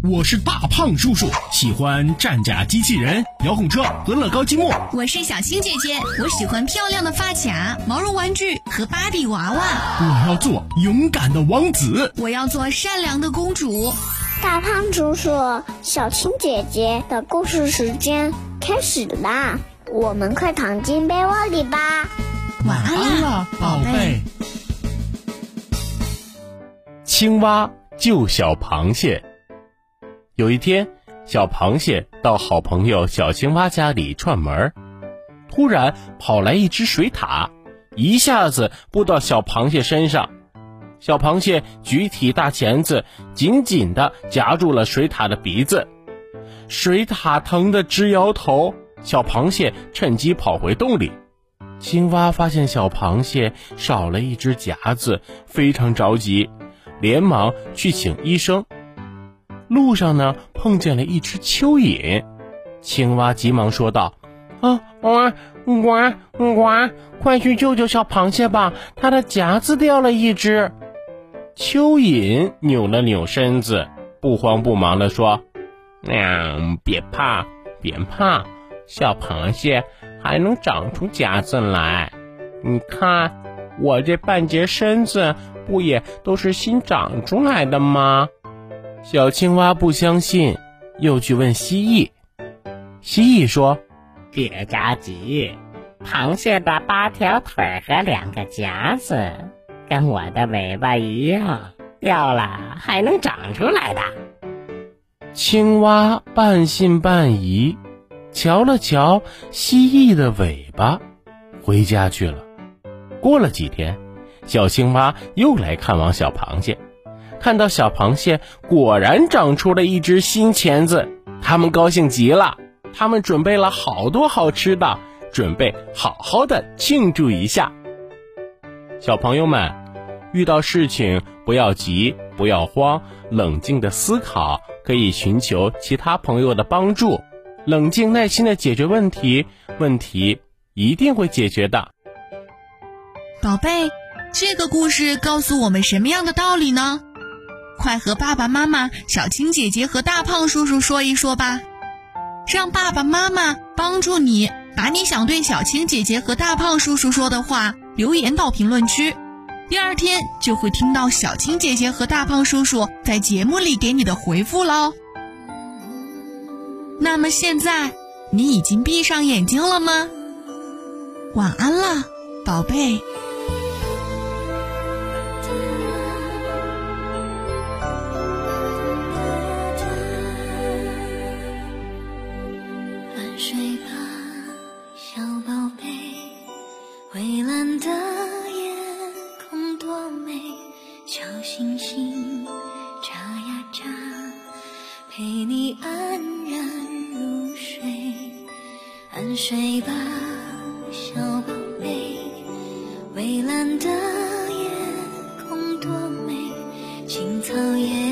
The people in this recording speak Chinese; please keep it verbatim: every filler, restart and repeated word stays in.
我是大胖叔叔，喜欢战甲机器人、遥控车和乐高积木。 我是小青姐姐，我喜欢漂亮的发卡、毛绒玩具和芭比娃娃。 我要做勇敢的王子， 我要做善良的公主。 大胖叔叔，小青姐姐的故事时间开始啦，我们快躺进被窝里吧。 晚安了，宝贝。 青蛙救小螃蟹。有一天，小螃蟹到好朋友小青蛙家里串门，突然跑来一只水獭，一下子扑到小螃蟹身上。小螃蟹举起大钳子，紧紧地夹住了水獭的鼻子。水獭疼得直摇头，小螃蟹趁机跑回洞里。青蛙发现小螃蟹少了一只夹子，非常着急，连忙去请医生。路上呢，碰见了一只蚯蚓，青蛙急忙说道：啊，我我我快去救救小螃蟹吧，它的夹子掉了一只。蚯蚓扭了扭身子，不慌不忙地说：嗯，别怕别怕，小螃蟹还能长出夹子来，你看我这半截身子不也都是新长出来的吗？小青蛙不相信，又去问蜥蜴。蜥蜴说： 别着急，螃蟹的八条腿和两个夹子跟我的尾巴一样，掉了还能长出来的。 青蛙半信半疑，瞧了瞧蜥蜴的尾巴，回家去了。过了几天，小青蛙又来看望小螃蟹，看到小螃蟹果然长出了一只新钳子，他们高兴极了，他们准备了好多好吃的，准备好好的庆祝一下。小朋友们，遇到事情不要急，不要慌，冷静的思考，可以寻求其他朋友的帮助，冷静耐心的解决问题，问题一定会解决的。 宝贝，这个故事告诉我们什么样的道理呢？快和爸爸妈妈、小青姐姐和大胖叔叔说一说吧，让爸爸妈妈帮助你把你想对小青姐姐和大胖叔叔说的话留言到评论区，第二天就会听到小青姐姐和大胖叔叔在节目里给你的回复咯。那么现在你已经闭上眼睛了吗？晚安了，宝贝。 睡吧，小宝贝，蔚蓝的夜空多美，小星星眨呀眨，陪你安然入睡。安睡吧，小宝贝，蔚蓝的夜空多美，青草也